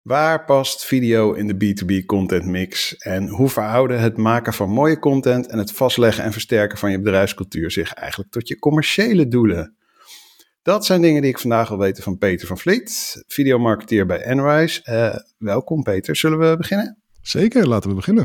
Waar past video in de B2B content mix en hoe verhouden het maken van mooie content en het vastleggen en versterken van je bedrijfscultuur zich eigenlijk tot je commerciële doelen? Dat zijn dingen die ik vandaag wil weten van Peter van Vliet, videomarketeer bij Enrise. Welkom Peter, zullen we beginnen? Zeker, laten we beginnen.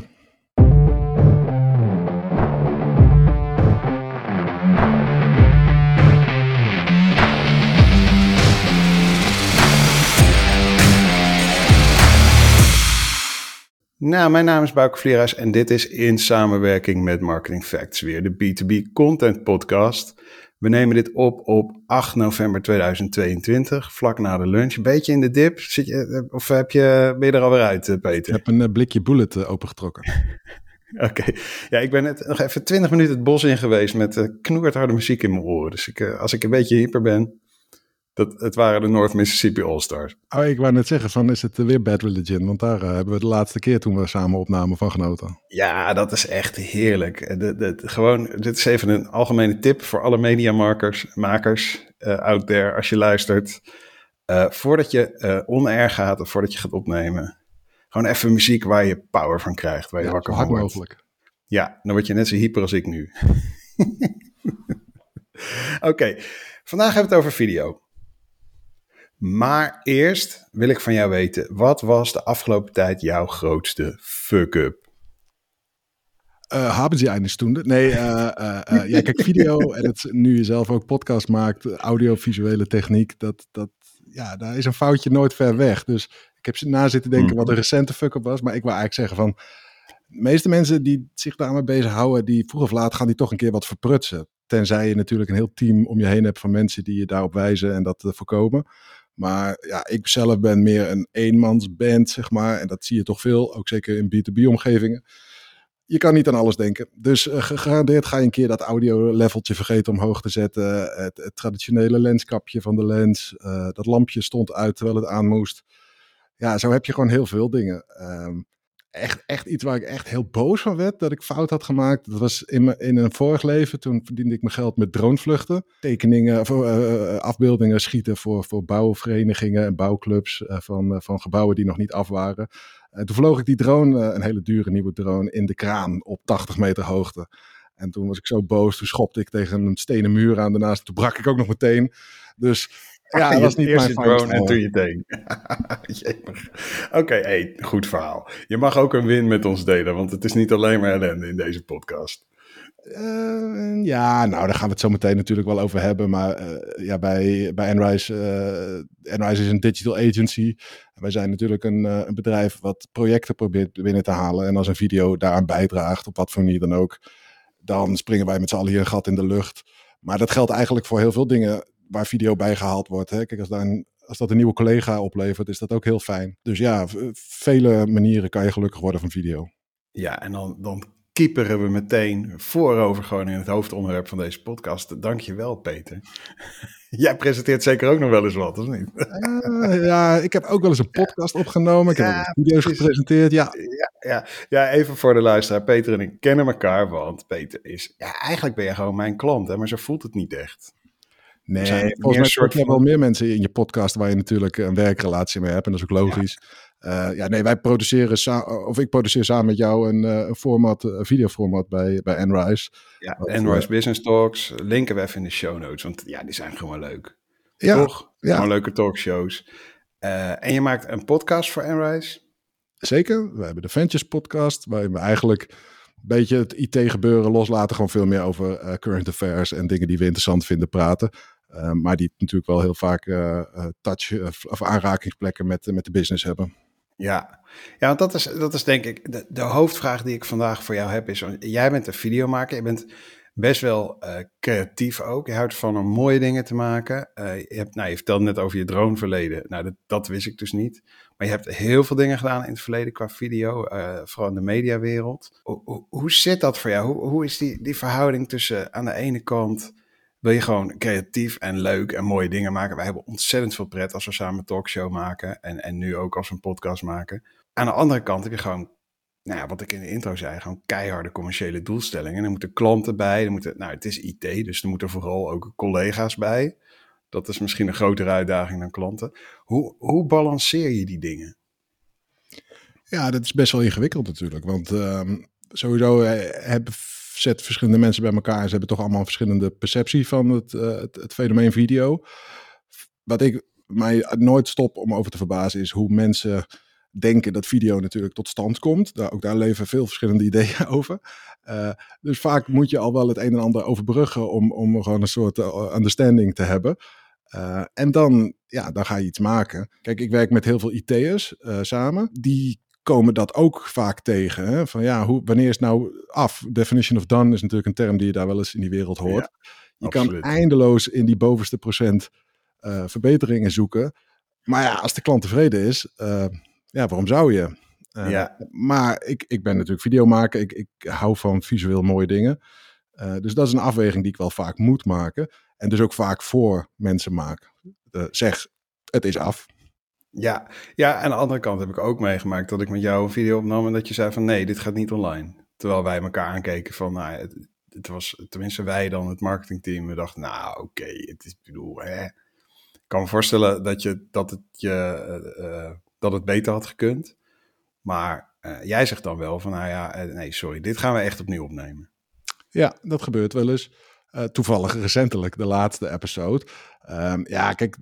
Nou, mijn naam is Bouke Vleerhuis en dit is in samenwerking met Marketing Facts weer de B2B Content Podcast. We nemen dit op 8 november 2022, vlak na de lunch. Een beetje in de dip. Ben je er alweer uit, Peter? Ik heb een blikje bullet opengetrokken. Oké. Ja, ik ben net nog even 20 minuten het bos in geweest met knoerharde muziek in mijn oren. Dus als ik een beetje hyper ben, het waren de North Mississippi All-Stars. Oh, ik wou net zeggen, is het weer Bad Religion? Want daar hebben we de laatste keer toen we samen opnamen van genoten. Ja, dat is echt heerlijk. Dit is even een algemene tip voor alle mediamakers out there als je luistert. Voordat je on-air gaat of voordat je gaat opnemen, gewoon even muziek waar je power van krijgt, waar je wakker van wordt. Mogelijk. Ja, dan word je net zo hyper als ik nu. Oké, vandaag hebben we het over video. Maar eerst wil ik van jou weten, wat was de afgelopen tijd jouw grootste fuck-up? Hebben Sie eine Stunde? Nee, ja, kijk, video en nu je zelf ook podcast maakt, audiovisuele techniek, daar is een foutje nooit ver weg. Dus ik heb na zitten denken wat een recente fuck-up was, maar ik wil eigenlijk zeggen van, de meeste mensen die zich daarmee bezighouden, die vroeg of laat gaan die toch een keer wat verprutsen. Tenzij je natuurlijk een heel team om je heen hebt van mensen die je daarop wijzen en dat voorkomen. Maar ja, ik zelf ben meer een eenmansband, zeg maar. En dat zie je toch veel, ook zeker in B2B-omgevingen. Je kan niet aan alles denken. Dus gegarandeerd ga je een keer dat audio-leveltje vergeten omhoog te zetten. Het traditionele lenskapje van de lens. Dat lampje stond uit terwijl het aan moest. Ja, zo heb je gewoon heel veel dingen. Echt iets waar ik echt heel boos van werd, dat ik fout had gemaakt. Dat was in een vorig leven. Toen verdiende ik mijn geld met dronevluchten. Tekeningen, afbeeldingen schieten voor bouwverenigingen en bouwclubs van gebouwen die nog niet af waren. Toen vloog ik die drone, een hele dure nieuwe drone, in de kraan op 80 meter hoogte. En toen was ik zo boos, toen schopte ik tegen een stenen muur aan. Daarnaast toen brak ik ook nog meteen. Dus ja, dat was niet mijn drone en toen je teen. Oké, goed verhaal. Je mag ook een win met ons delen, want het is niet alleen maar ellende in deze podcast. Ja, nou, daar gaan we het zo meteen natuurlijk wel over hebben. Maar bij Enrise, Enrise is een digital agency. Wij zijn natuurlijk een bedrijf wat projecten probeert binnen te halen. En als een video daaraan bijdraagt, op wat voor manier dan ook, dan springen wij met z'n allen hier een gat in de lucht. Maar dat geldt eigenlijk voor heel veel dingen waar video bij gehaald wordt. Hè? Kijk, als dat een nieuwe collega oplevert, is dat ook heel fijn. Dus ja, vele manieren kan je gelukkig worden van video. Ja, en dan kieperen we meteen voorover gewoon in het hoofdonderwerp van deze podcast. Dank je wel, Peter. Jij presenteert zeker ook nog wel eens wat, of niet? Ja, ik heb ook wel eens een podcast opgenomen. Ik heb ook video's gepresenteerd, Ja, even voor de luisteraar. Peter en ik kennen elkaar, want Peter is... Ja, eigenlijk ben je gewoon mijn klant, hè, maar zo voelt het niet echt. Nee, volgens mij heb je wel meer mensen in je podcast waar je natuurlijk een werkrelatie mee hebt. En dat is ook logisch. Ja. Wij produceren, ik produceer samen met jou een videoformat bij Enrise. Ja, Enrise Business Talks. Linken we even in de show notes, want ja, die zijn gewoon leuk. Ja, toch? Ja. Gewoon leuke talkshows. En je maakt een podcast voor Enrise? Zeker. We hebben de Ventures podcast, waarin we eigenlijk een beetje het IT-gebeuren loslaten. Gewoon veel meer over current affairs en dingen die we interessant vinden praten. Maar die natuurlijk wel heel vaak touch of aanrakingsplekken met de business hebben. Ja, want dat is denk ik de hoofdvraag die ik vandaag voor jou heb is, jij bent een videomaker, je bent best wel creatief ook, je houdt van om mooie dingen te maken. Je vertelde net over je droneverleden, nou dat wist ik dus niet, maar je hebt heel veel dingen gedaan in het verleden qua video, vooral in de mediawereld. Hoe zit dat voor jou? Hoe is die verhouding tussen aan de ene kant wil je gewoon creatief en leuk en mooie dingen maken. Wij hebben ontzettend veel pret als we samen een talkshow maken. En nu ook als we een podcast maken. Aan de andere kant heb je gewoon, wat ik in de intro zei, gewoon keiharde commerciële doelstellingen. Er moeten klanten bij. Het is IT, dus er moeten vooral ook collega's bij. Dat is misschien een grotere uitdaging dan klanten. Hoe balanceer je die dingen? Ja, dat is best wel ingewikkeld natuurlijk. Want sowieso zet verschillende mensen bij elkaar. Ze hebben toch allemaal een verschillende perceptie van het fenomeen video. Wat ik mij nooit stop om over te verbazen is hoe mensen denken dat video natuurlijk tot stand komt. Ook daar leven veel verschillende ideeën over. Dus vaak moet je al wel het een en ander overbruggen om gewoon een soort understanding te hebben. En dan ga je iets maken. Kijk, ik werk met heel veel IT'ers samen. Die komen dat ook vaak tegen. Hè? Van wanneer is het nou af? Definition of done is natuurlijk een term die je daar wel eens in die wereld hoort. Ja, je absoluut. Kan eindeloos in die bovenste procent verbeteringen zoeken. Maar ja, als de klant tevreden is, waarom zou je? Maar ik ben natuurlijk videomaker. Ik hou van visueel mooie dingen. Dus dat is een afweging die ik wel vaak moet maken. En dus ook vaak voor mensen maak. Zeg, het is af. Ja, aan de andere kant heb ik ook meegemaakt dat ik met jou een video opnam en dat je zei van nee, dit gaat niet online. Terwijl wij elkaar aankeken van, het was, tenminste wij dan, het marketingteam, we dachten, oké, het is, ik bedoel, ik kan me voorstellen dat het beter had gekund. Maar jij zegt dan wel van, nee, sorry, dit gaan we echt opnieuw opnemen. Ja, dat gebeurt wel eens. Toevallig recentelijk, de laatste episode. Kijk,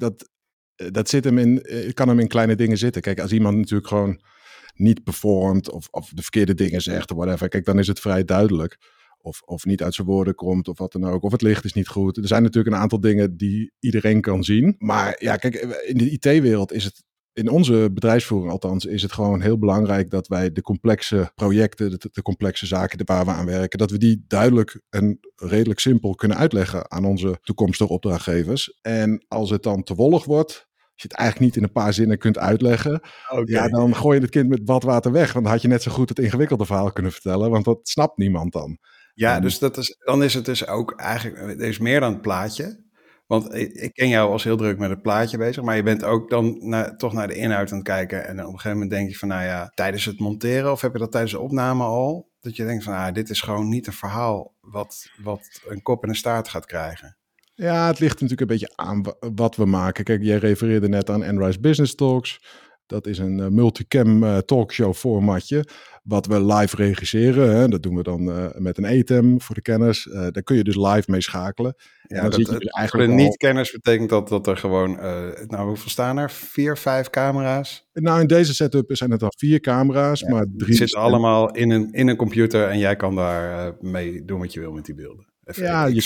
dat zit kan hem in kleine dingen zitten. Kijk, als iemand natuurlijk gewoon niet performt of de verkeerde dingen zegt of whatever, kijk, dan is het vrij duidelijk. Of niet uit zijn woorden komt of wat dan ook. Of het licht is niet goed. Er zijn natuurlijk een aantal dingen die iedereen kan zien. Maar ja, kijk, in de IT-wereld is het, in onze bedrijfsvoering althans, is het gewoon heel belangrijk dat wij de complexe projecten, de complexe zaken waar we aan werken, dat we die duidelijk en redelijk simpel kunnen uitleggen aan onze toekomstige opdrachtgevers. En als het dan te wollig wordt, als je het eigenlijk niet in een paar zinnen kunt uitleggen, dan gooi je het kind met badwater weg. Want dan had je net zo goed het ingewikkelde verhaal kunnen vertellen, want dat snapt niemand dan. Ja, dus dan is het dus ook eigenlijk, er is meer dan het plaatje. Want ik ken jou als heel druk met het plaatje bezig, maar je bent ook dan toch naar de inhoud aan het kijken. En op een gegeven moment denk je van, tijdens het monteren, of heb je dat tijdens de opname al? Dat je denkt van, dit is gewoon niet een verhaal wat een kop en een staart gaat krijgen. Ja, het ligt natuurlijk een beetje aan wat we maken. Kijk, jij refereerde net aan Enrise Business Talks. Dat is een multicam talkshow formatje, wat we live regisseren. Hè. Dat doen we dan met een ATEM voor de kenners. Daar kun je dus live mee schakelen. Ja, en dan voor de niet-kenners betekent dat er gewoon, hoeveel staan er? 4, 5 camera's? Nou, in deze setup zijn het al 4 camera's, maar 3... Die zitten allemaal in een computer en jij kan daar mee doen wat je wil met die beelden. Je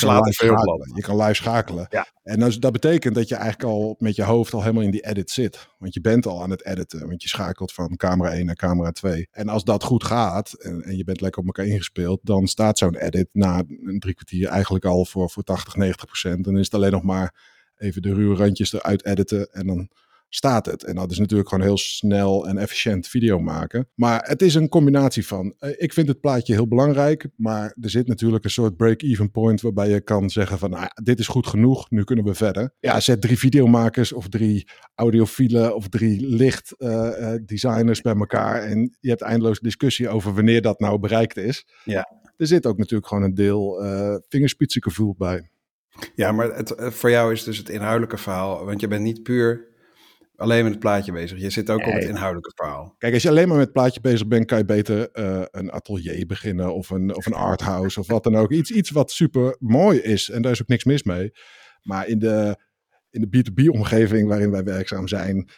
kan live schakelen. Ja. En dat betekent dat je eigenlijk al met je hoofd al helemaal in die edit zit. Want je bent al aan het editen. Want je schakelt van camera 1 naar camera 2. En als dat goed gaat en je bent lekker op elkaar ingespeeld, dan staat zo'n edit na een 3 kwartier eigenlijk al voor 80, 90%. Dan is het alleen nog maar even de ruwe randjes eruit editen en dan staat het. En dat is natuurlijk gewoon heel snel en efficiënt video maken. Maar het is een combinatie van. Ik vind het plaatje heel belangrijk, maar er zit natuurlijk een soort break-even point waarbij je kan zeggen van, dit is goed genoeg, nu kunnen we verder. Ja, zet 3 videomakers of 3 audiofielen of 3 lichtdesigners bij elkaar en je hebt eindeloos discussie over wanneer dat nou bereikt is. Ja. Er zit ook natuurlijk gewoon een deel vingerspitsengevoel bij. Ja, maar voor jou is dus het inhoudelijke verhaal, want je bent niet puur alleen met het plaatje bezig. Je zit ook op het inhoudelijke verhaal. Kijk, als je alleen maar met het plaatje bezig bent, kan je beter een atelier beginnen of een arthouse of wat dan ook. Iets wat super mooi is en daar is ook niks mis mee. Maar in de B2B-omgeving waarin wij werkzaam zijn,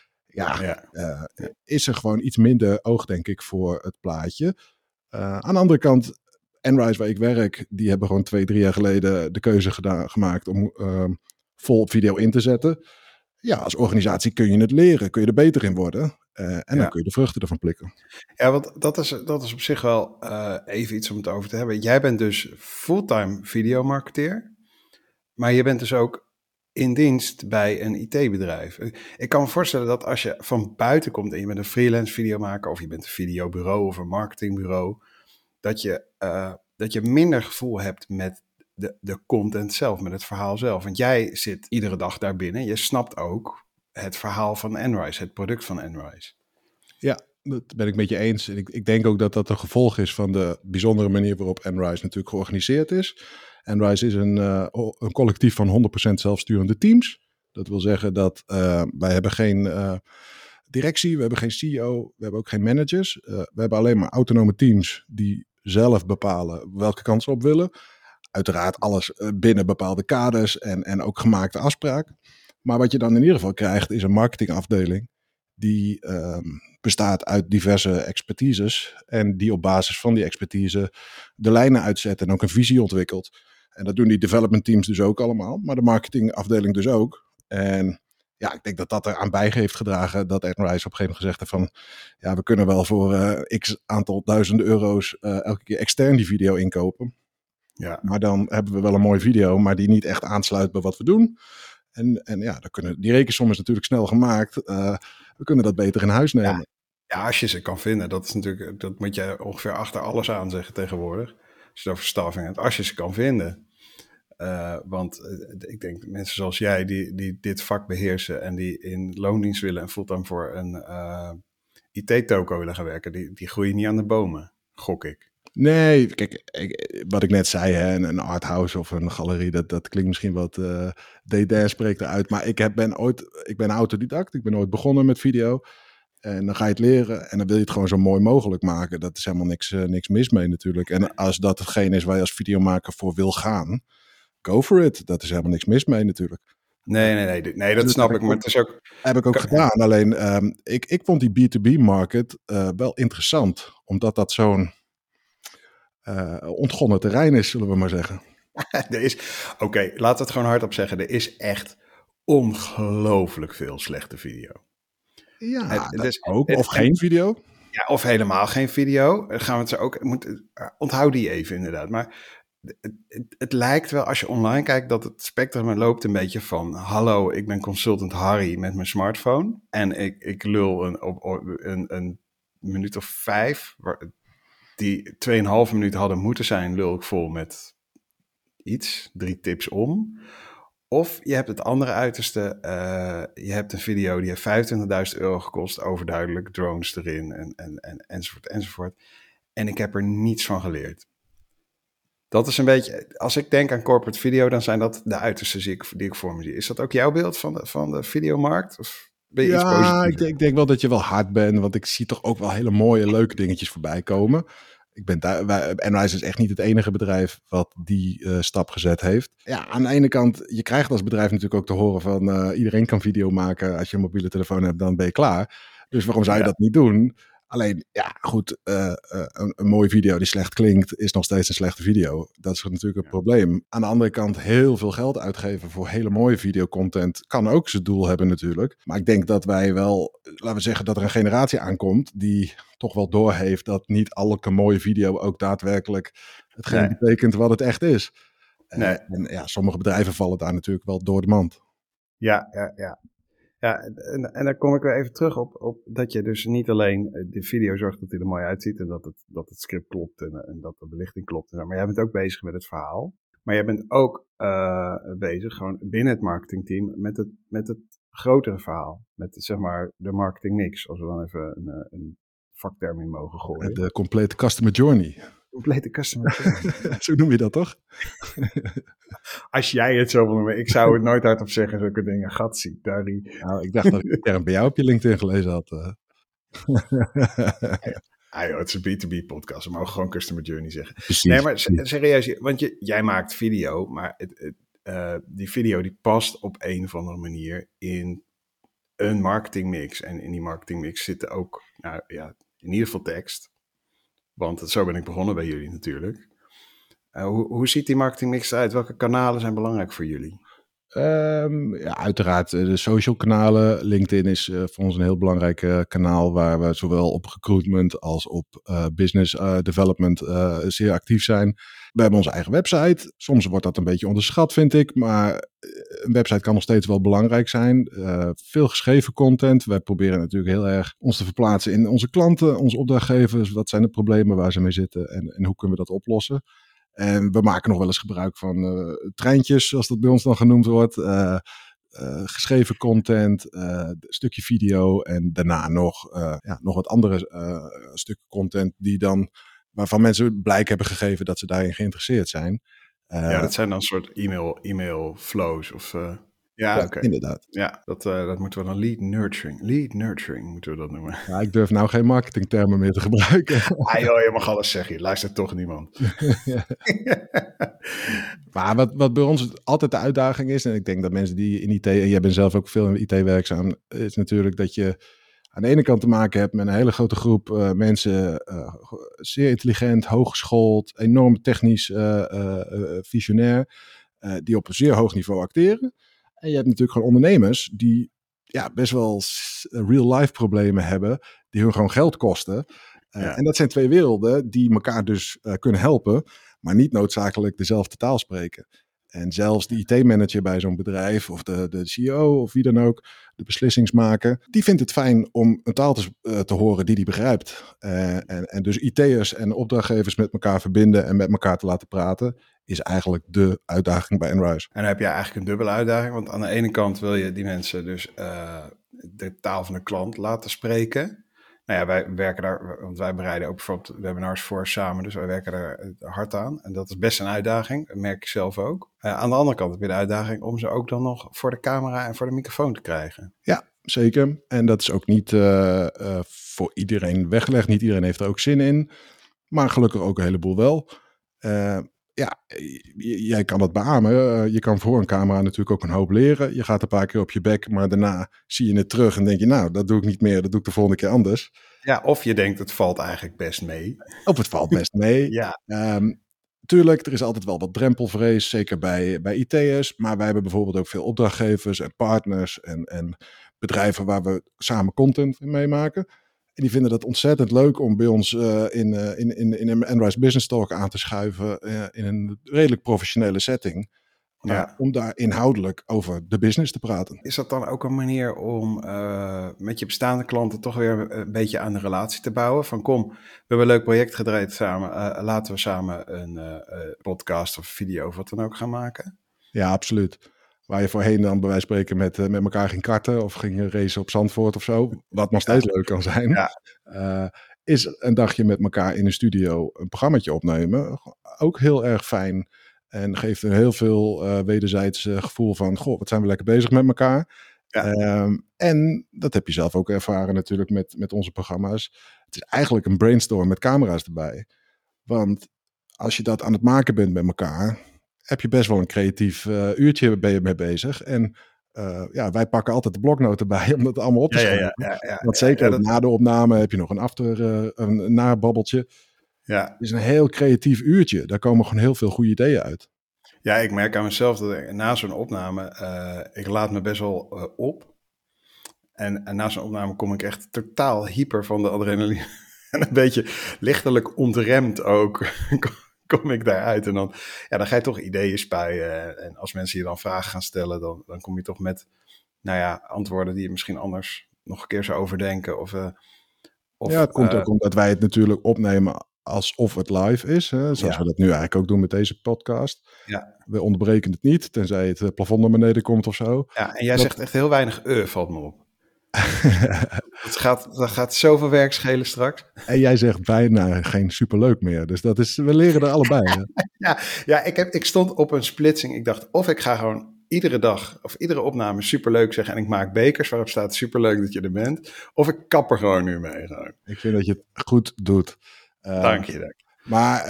is er gewoon iets minder oog, denk ik, voor het plaatje. Aan de andere kant, Enrise, waar ik werk, die hebben gewoon 2-3 jaar geleden de keuze gemaakt om vol op video in te zetten. Ja, als organisatie kun je het leren, kun je er beter in worden. En dan kun je de vruchten ervan plikken. Ja, want dat is op zich wel even iets om het over te hebben. Jij bent dus fulltime videomarketeer, maar je bent dus ook in dienst bij een IT-bedrijf. Ik kan me voorstellen dat als je van buiten komt en je bent een freelance videomaker of je bent een videobureau of een marketingbureau, dat je minder gevoel hebt met de content zelf, met het verhaal zelf. Want jij zit iedere dag daar binnen. Je snapt ook het verhaal van Enrise, het product van Enrise. Ja, dat ben ik met je eens. En ik denk ook dat dat een gevolg is van de bijzondere manier waarop Enrise natuurlijk georganiseerd is. Enrise is een collectief van 100% zelfsturende teams. Dat wil zeggen dat wij hebben geen directie, we hebben geen CEO, we hebben ook geen managers. We hebben alleen maar autonome teams die zelf bepalen welke kant ze op willen. Uiteraard alles binnen bepaalde kaders en ook gemaakte afspraken. Maar wat je dan in ieder geval krijgt is een marketingafdeling die bestaat uit diverse expertises en die op basis van die expertise de lijnen uitzet en ook een visie ontwikkelt. En dat doen die development teams dus ook allemaal, maar de marketingafdeling dus ook. En ja, ik denk dat dat eraan bij heeft gedragen dat Enrise op een gegeven moment gezegd heeft van ja, we kunnen wel voor x aantal duizenden euro's elke keer extern die video inkopen. Ja. Maar dan hebben we wel een mooie video, maar die niet echt aansluit bij wat we doen. En ja, die rekensom is natuurlijk snel gemaakt. We kunnen dat beter in huis nemen. Ja, als je ze kan vinden. Dat is natuurlijk, dat moet je ongeveer achter alles aan zeggen tegenwoordig. Als je het over staffing hebt. Als je ze kan vinden. Want ik denk mensen zoals jij die dit vak beheersen en die in loondienst willen en fulltime voor een IT-toko willen gaan werken, die groeien niet aan de bomen, gok ik. Nee, kijk, wat ik net zei, hè, een arthouse of een galerie, dat klinkt misschien wat dédain spreekt eruit. Maar ik ben autodidact, ik ben ooit begonnen met video. En dan ga je het leren en dan wil je het gewoon zo mooi mogelijk maken. Dat is helemaal niks mis mee natuurlijk. En als dat hetgeen is waar je als videomaker voor wil gaan, go for it. Dat is helemaal niks mis mee natuurlijk. Nee, dat snap ik. Maar het is ook... Heb ik ook gedaan. Alleen, ik vond die B2B-market wel interessant. Omdat dat zo'n ontgonnen terrein is, zullen we maar zeggen. Oké, laten we het gewoon hardop zeggen. Er is echt ongelooflijk veel slechte video. Ja, of geen video. Ja, of helemaal geen video. Gaan we het zo ook... Onthoud die even inderdaad. Maar het lijkt wel, als je online kijkt, dat het spectrum loopt een beetje van hallo, ik ben consultant Harry met mijn smartphone. En ik lul een minuut of 5... die 2,5 minuten hadden moeten zijn, lul ik vol met iets, 3 tips om. Of je hebt het andere uiterste, je hebt een video die heeft €25.000 gekost, overduidelijk, drones erin enzovoort. En ik heb er niets van geleerd. Dat is een beetje, als ik denk aan corporate video, dan zijn dat de uiterste die ik voor me zie. Is dat ook jouw beeld van de videomarkt? Of ben je iets positiefs? Ik denk wel dat je wel hard bent, want ik zie toch ook wel hele mooie, leuke dingetjes voorbij komen. Enrise is echt niet het enige bedrijf wat die stap gezet heeft. Ja, aan de ene kant, je krijgt als bedrijf natuurlijk ook te horen van iedereen kan video maken. Als je een mobiele telefoon hebt, dan ben je klaar. Dus waarom zou je dat niet doen? Alleen, ja, goed, een mooie video die slecht klinkt, is nog steeds een slechte video. Dat is natuurlijk een probleem. Aan de andere kant, heel veel geld uitgeven voor hele mooie videocontent kan ook zijn doel hebben natuurlijk. Maar ik denk dat wij wel, laten we zeggen dat er een generatie aankomt die toch wel doorheeft dat niet elke mooie video ook daadwerkelijk hetgeen betekent wat het echt is. En ja, sommige bedrijven vallen daar natuurlijk wel door de mand. Ja, en dan kom ik weer even terug op dat je dus niet alleen de video zorgt dat hij er mooi uitziet en dat het script klopt en dat de belichting klopt. Maar jij bent ook bezig met het verhaal. Maar jij bent ook bezig gewoon binnen het marketingteam met het grotere verhaal. Met zeg maar de marketing mix, als we dan even een vakterm in mogen gooien. De complete customer journey. Complete customer journey. Zo noem je dat toch? Als jij het zo wil noemen, ik zou het nooit hardop zeggen, zulke dingen. Gatsie, Dari. Nou, ik dacht dat ik de term bij jou op je LinkedIn gelezen had. Het is een B2B podcast, we mogen gewoon customer journey zeggen. Precies. Nee, maar serieus, want jij maakt video, maar die video die past op een of andere manier in een marketingmix. En in die marketingmix zitten ook, in ieder geval tekst. Want zo ben ik begonnen bij jullie natuurlijk. Hoe ziet die marketingmix eruit? Welke kanalen zijn belangrijk voor jullie? Uiteraard de social kanalen. LinkedIn is voor ons een heel belangrijk kanaal waar we zowel op recruitment als op business development zeer actief zijn. We hebben onze eigen website. Soms wordt dat een beetje onderschat, vind ik. Maar een website kan nog steeds wel belangrijk zijn. Veel geschreven content. Wij proberen natuurlijk heel erg ons te verplaatsen in onze klanten, onze opdrachtgevers. Wat zijn de problemen waar ze mee zitten en hoe kunnen we dat oplossen? En we maken nog wel eens gebruik van treintjes, zoals dat bij ons dan genoemd wordt. Geschreven content, een stukje video en daarna nog wat andere stukken content waarvan mensen blijk hebben gegeven dat ze daarin geïnteresseerd zijn. Dat zijn dan een soort e-mail flows of... Ja, oké. Inderdaad. Ja, dat moeten we dan lead nurturing. Lead nurturing moeten we dat noemen. Ja, ik durf nou geen marketingtermen meer te gebruiken. Ah joh, je mag alles zeggen. Je luistert toch niemand. Maar wat bij ons altijd de uitdaging is, en ik denk dat mensen die in IT, en jij bent zelf ook veel in IT werkzaam, is natuurlijk dat je aan de ene kant te maken hebt met een hele grote groep mensen, zeer intelligent, hooggeschoold, enorm technisch visionair, die op een zeer hoog niveau acteren. En je hebt natuurlijk gewoon ondernemers die best wel real-life problemen hebben, die hun gewoon geld kosten. En dat zijn twee werelden die elkaar dus kunnen helpen, maar niet noodzakelijk dezelfde taal spreken. En zelfs de IT-manager bij zo'n bedrijf of de CEO of wie dan ook, de beslissingsmaker, die vindt het fijn om een taal te horen die begrijpt. En dus IT'ers en opdrachtgevers met elkaar verbinden en met elkaar te laten praten, is eigenlijk de uitdaging bij Enrise. En dan heb je eigenlijk een dubbele uitdaging, want aan de ene kant wil je die mensen dus de taal van de klant laten spreken. Nou ja, wij werken daar, want wij bereiden ook bijvoorbeeld webinars voor samen, dus wij werken daar hard aan. En dat is best een uitdaging, dat merk ik zelf ook. Aan de andere kant heb je de uitdaging om ze ook dan nog voor de camera en voor de microfoon te krijgen. Ja, zeker. En dat is ook niet voor iedereen weggelegd. Niet iedereen heeft er ook zin in, maar gelukkig ook een heleboel wel. Jij kan dat beamen. Je kan voor een camera natuurlijk ook een hoop leren. Je gaat een paar keer op je bek, maar daarna zie je het terug en denk je, nou, dat doe ik niet meer. Dat doe ik de volgende keer anders. Ja, of je denkt, het valt eigenlijk best mee. Of het valt best mee. Ja. Tuurlijk, er is altijd wel wat drempelvrees, zeker bij IT'ers. Maar wij hebben bijvoorbeeld ook veel opdrachtgevers en partners en bedrijven waar we samen content in meemaken. En die vinden dat ontzettend leuk om bij ons in een Enrise Business Talk aan te schuiven in een redelijk professionele setting. Om daar inhoudelijk over de business te praten. Is dat dan ook een manier om met je bestaande klanten toch weer een beetje aan de relatie te bouwen? Van kom, we hebben een leuk project gedraaid samen. Laten we samen een podcast of video of wat dan ook gaan maken? Ja, absoluut. Waar je voorheen dan bij wijze van spreken met elkaar ging karten of ging racen op Zandvoort of zo. Wat nog steeds leuk kan zijn. Ja. Is een dagje met elkaar in een studio een programmaatje opnemen. Ook heel erg fijn. En geeft een heel veel wederzijds gevoel van, goh, wat zijn we lekker bezig met elkaar. Ja. En dat heb je zelf ook ervaren natuurlijk met onze programma's. Het is eigenlijk een brainstorm met camera's erbij. Want als je dat aan het maken bent met elkaar, heb je best wel een creatief uurtje ben je mee bezig. En wij pakken altijd de bloknoten bij om dat allemaal op te schrijven. Want zeker na de opname heb je nog een nababbeltje. Ja. Het is een heel creatief uurtje. Daar komen gewoon heel veel goede ideeën uit. Ja, ik merk aan mezelf dat ik na zo'n opname, ik laat me best wel op. En na zo'n opname kom ik echt totaal hyper van de adrenaline. En een beetje lichtelijk ontremd ook kom ik daaruit. En dan ga je toch ideeën spuien. En als mensen je dan vragen gaan stellen, dan kom je toch met antwoorden die je misschien anders nog een keer zou overdenken. Of het komt ook omdat wij het natuurlijk opnemen alsof het live is. Hè? Zoals we dat nu eigenlijk ook doen met deze podcast. Ja. We onderbreken het niet, tenzij het plafond naar beneden komt of zo. Ja, en jij zegt echt heel weinig valt me op. dat gaat zoveel werk schelen straks. En jij zegt bijna geen superleuk meer. Dus we leren er allebei. Ik stond op een splitsing. Ik dacht, of ik ga gewoon iedere dag of iedere opname superleuk zeggen en ik maak bekers waarop staat superleuk dat je er bent. Of ik kap er gewoon nu mee. Gewoon. Ik vind dat je het goed doet. Dank je. Maar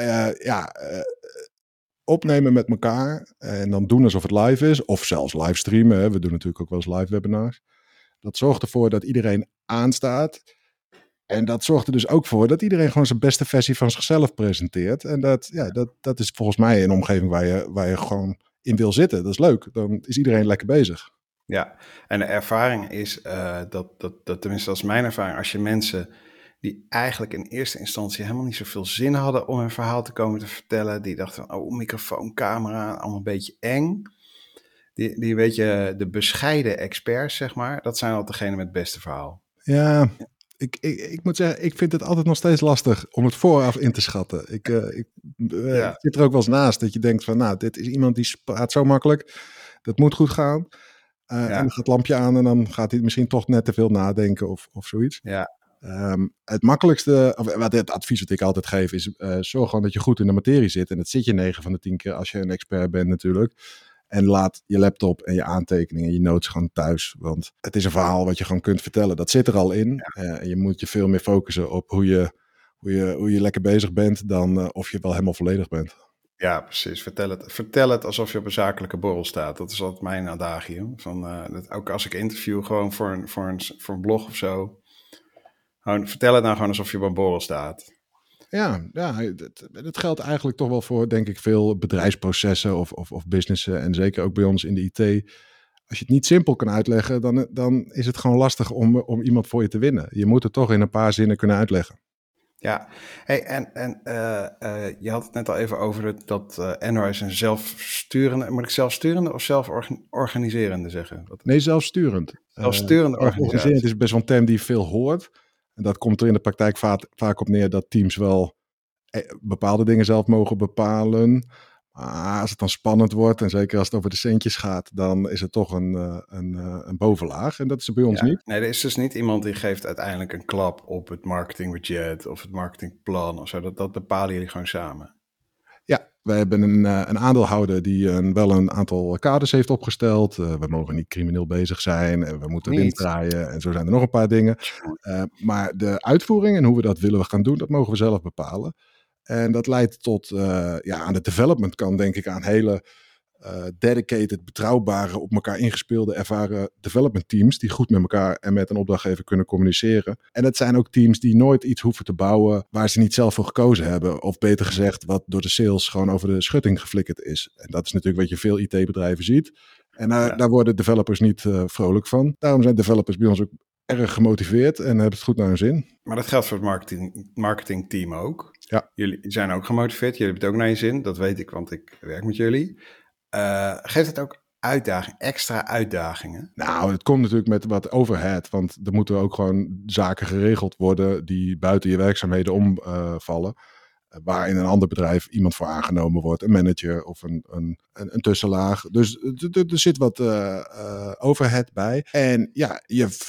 opnemen met elkaar en dan doen alsof het live is. Of zelfs livestreamen. Hè. We doen natuurlijk ook wel eens live webinars. Dat zorgt ervoor dat iedereen aanstaat. En dat zorgt er dus ook voor dat iedereen gewoon zijn beste versie van zichzelf presenteert. En dat is volgens mij een omgeving waar je gewoon in wil zitten. Dat is leuk. Dan is iedereen lekker bezig. Ja, en de ervaring is dat tenminste dat is mijn ervaring, als je mensen die eigenlijk in eerste instantie helemaal niet zoveel zin hadden om hun verhaal te komen te vertellen, die dachten, oh, microfoon, camera, allemaal een beetje eng. Die weet je, de bescheiden experts, zeg maar, dat zijn altijd degene met het beste verhaal. Ja, ik moet zeggen, ik vind het altijd nog steeds lastig om het vooraf in te schatten. Ik zit er ook wel eens naast dat je denkt van, nou, dit is iemand die praat zo makkelijk, dat moet goed gaan. En dan gaat het lampje aan en dan gaat hij misschien toch net te veel nadenken of zoiets. Ja. Het makkelijkste, het advies wat ik altijd geef is, zorg gewoon dat je goed in de materie zit. En dat zit je 9 van de 10 keer als je een expert bent natuurlijk. En laat je laptop en je aantekeningen en je notes gewoon thuis. Want het is een verhaal wat je gewoon kunt vertellen. Dat zit er al in. En je moet je veel meer focussen op hoe je lekker bezig bent dan of je wel helemaal volledig bent. Ja, precies. Vertel het alsof je op een zakelijke borrel staat. Dat is altijd mijn adagium. Ook als ik interview gewoon voor een blog of zo. Vertel het nou gewoon alsof je op een borrel staat. Ja, dat geldt eigenlijk toch wel voor, denk ik, veel bedrijfsprocessen of businessen. En zeker ook bij ons in de IT. Als je het niet simpel kan uitleggen, dan is het gewoon lastig om iemand voor je te winnen. Je moet het toch in een paar zinnen kunnen uitleggen. Ja, hey, je had het net al even over dat Enrise een zelfsturende, moet ik zelfsturende of zelforganiserende zeggen? Nee, zelfsturend. Zelfsturende organisatie. Organiserend is best wel een term die je veel hoort. En dat komt er in de praktijk vaak op neer dat teams wel bepaalde dingen zelf mogen bepalen. Maar als het dan spannend wordt, en zeker als het over de centjes gaat, dan is het toch een bovenlaag. En dat is er bij ons niet. Nee, er is dus niet iemand die geeft uiteindelijk een klap op het marketingbudget of het marketingplan of zo. Dat bepalen jullie gewoon samen. Ja, we hebben een aandeelhouder die wel een aantal kaders heeft opgesteld. We mogen niet crimineel bezig zijn en we moeten winst draaien. En zo zijn er nog een paar dingen. Maar de uitvoering en hoe we dat willen gaan doen, dat mogen we zelf bepalen. En dat leidt tot, aan de development kant denk ik aan hele dedicated, betrouwbare, op elkaar ingespeelde, ervaren development teams die goed met elkaar en met een opdrachtgever kunnen communiceren. En het zijn ook teams die nooit iets hoeven te bouwen waar ze niet zelf voor gekozen hebben. Of beter gezegd, wat door de sales gewoon over de schutting geflikkerd is. En dat is natuurlijk wat je veel IT-bedrijven ziet. En daar worden developers niet vrolijk van. Daarom zijn developers bij ons ook erg gemotiveerd en hebben het goed naar hun zin. Maar dat geldt voor het marketingteam ook. Ja. Jullie zijn ook gemotiveerd. Jullie hebben het ook naar je zin. Dat weet ik, want ik werk met jullie. Geeft het ook extra uitdagingen? Nou, het komt natuurlijk met wat overhead. Want er moeten ook gewoon zaken geregeld worden die buiten je werkzaamheden omvallen. Waar in een ander bedrijf iemand voor aangenomen wordt. Een manager of een tussenlaag. Dus er zit wat overhead bij. En ja,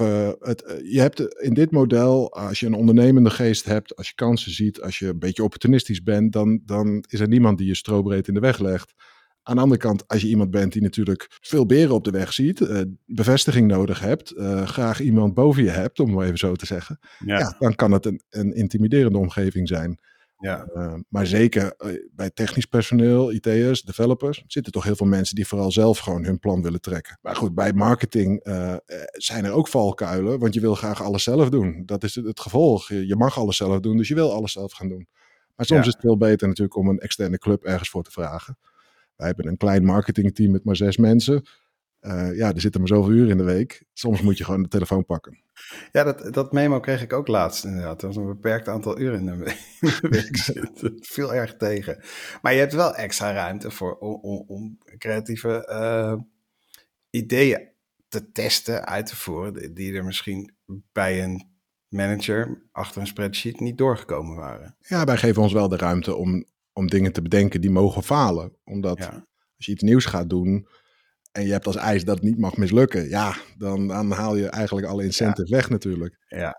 je hebt in dit model, als je een ondernemende geest hebt, als je kansen ziet, als je een beetje opportunistisch bent, dan is er niemand die je strobreed in de weg legt. Aan de andere kant, als je iemand bent die natuurlijk veel beren op de weg ziet, bevestiging nodig hebt, graag iemand boven je hebt, om maar even zo te zeggen, dan kan het een intimiderende omgeving zijn. Ja. Maar zeker bij technisch personeel, IT'ers, developers, zitten toch heel veel mensen die vooral zelf gewoon hun plan willen trekken. Maar goed, bij marketing zijn er ook valkuilen, want je wil graag alles zelf doen. Dat is het gevolg. Je mag alles zelf doen, dus je wil alles zelf gaan doen. Maar soms is het veel beter natuurlijk om een externe club ergens voor te vragen. Wij hebben een klein marketingteam met maar 6 mensen. Er zitten maar zoveel uur in de week. Soms moet je gewoon de telefoon pakken. Ja, dat memo kreeg ik ook laatst inderdaad. Dat was een beperkt aantal uren in de week. Dat viel erg tegen. Maar je hebt wel extra ruimte voor om creatieve ideeën te testen, uit te voeren, die er misschien bij een manager achter een spreadsheet niet doorgekomen waren. Ja, wij geven ons wel de ruimte om dingen te bedenken die mogen falen. Omdat als je iets nieuws gaat doen en je hebt als eis dat het niet mag mislukken, dan haal je eigenlijk alle incentive weg natuurlijk.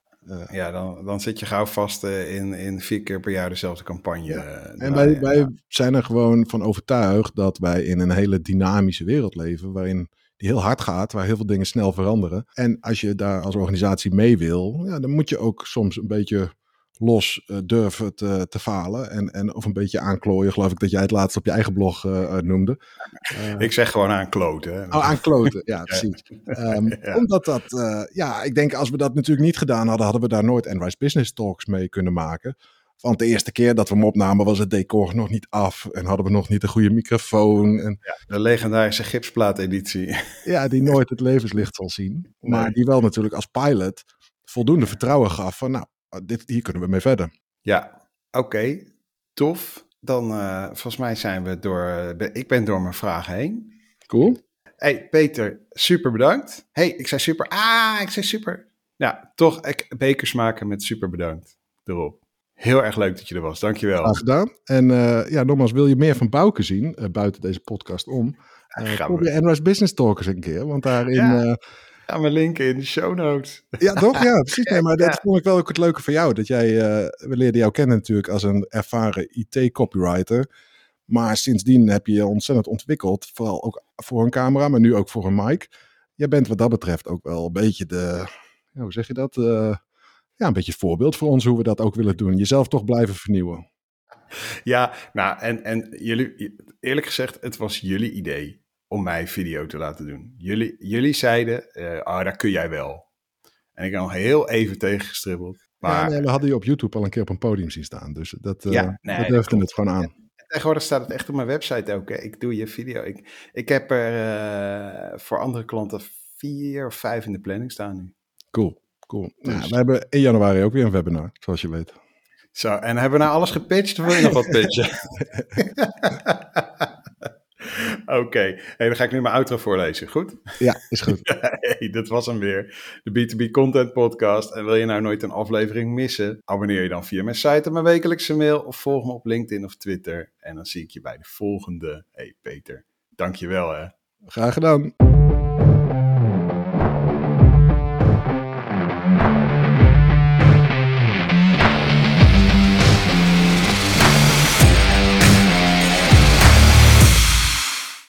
Dan zit je gauw vast in 4 keer per jaar dezelfde campagne. En wij zijn er gewoon van overtuigd dat wij in een hele dynamische wereld leven, waarin die heel hard gaat, waar heel veel dingen snel veranderen. En als je daar als organisatie mee wil, dan moet je ook soms een beetje los durven te falen of een beetje aanklooien. Geloof ik dat jij het laatst op je eigen blog noemde. Ik zeg gewoon aankloten. Aankloten, ja, precies. Omdat dat, ik denk als we dat natuurlijk niet gedaan hadden, hadden we daar nooit Enrise Business Talks mee kunnen maken. Want de eerste keer dat we hem opnamen was het decor nog niet af en hadden we nog niet een goede microfoon. En, de legendarische gipsplaat-editie. Ja, die nooit het levenslicht zal zien. Maar die wel natuurlijk als pilot voldoende vertrouwen gaf van hier kunnen we mee verder. Ja, oké. Tof. Dan volgens mij zijn we ik ben door mijn vragen heen. Cool. Hey Peter, super bedankt. Ik zei super. Ja, toch bekers maken met super bedankt erop. Heel erg leuk dat je er was. Dankjewel. Graag gedaan. En nogmaals, wil je meer van Bouke zien buiten deze podcast om? Probeer Enrise Business Talk eens een keer. Want daarin... Gaan we linken in de show notes. Ja, toch? Ja, precies. Nee, maar dat vond ik wel ook het leuke van jou. Dat we leerden jou kennen natuurlijk als een ervaren IT-copywriter. Maar sindsdien heb je je ontzettend ontwikkeld. Vooral ook voor een camera, maar nu ook voor een mic. Jij bent wat dat betreft ook wel een beetje hoe zeg je dat? Een beetje voorbeeld voor ons hoe we dat ook willen doen. Jezelf toch blijven vernieuwen. Ja, nou, en jullie, eerlijk gezegd, het was jullie idee om mij video te laten doen. Jullie zeiden, dat kun jij wel. En ik heb nog heel even tegengestribbeld. Maar Ja, we hadden je op YouTube al een keer op een podium zien staan. Dus dat dat durfde het gewoon aan. Tegenwoordig staat het echt op mijn website ook. Hè. Ik doe je video. Ik heb er voor andere klanten 4 of 5 in de planning staan nu. Cool. Dus. Nou, we hebben in januari ook weer een webinar, zoals je weet. Zo, en hebben we nou alles gepitcht of wil je nog wat pitchen? Oké, dan ga ik nu mijn outro voorlezen, goed? Ja, is goed. Hey, dat was hem weer, de B2B Content Podcast. En wil je nou nooit een aflevering missen? Abonneer je dan via mijn site of mijn wekelijkse mail of volg me op LinkedIn of Twitter. En dan zie ik je bij de volgende. Hey Peter, dankjewel hè. Graag gedaan.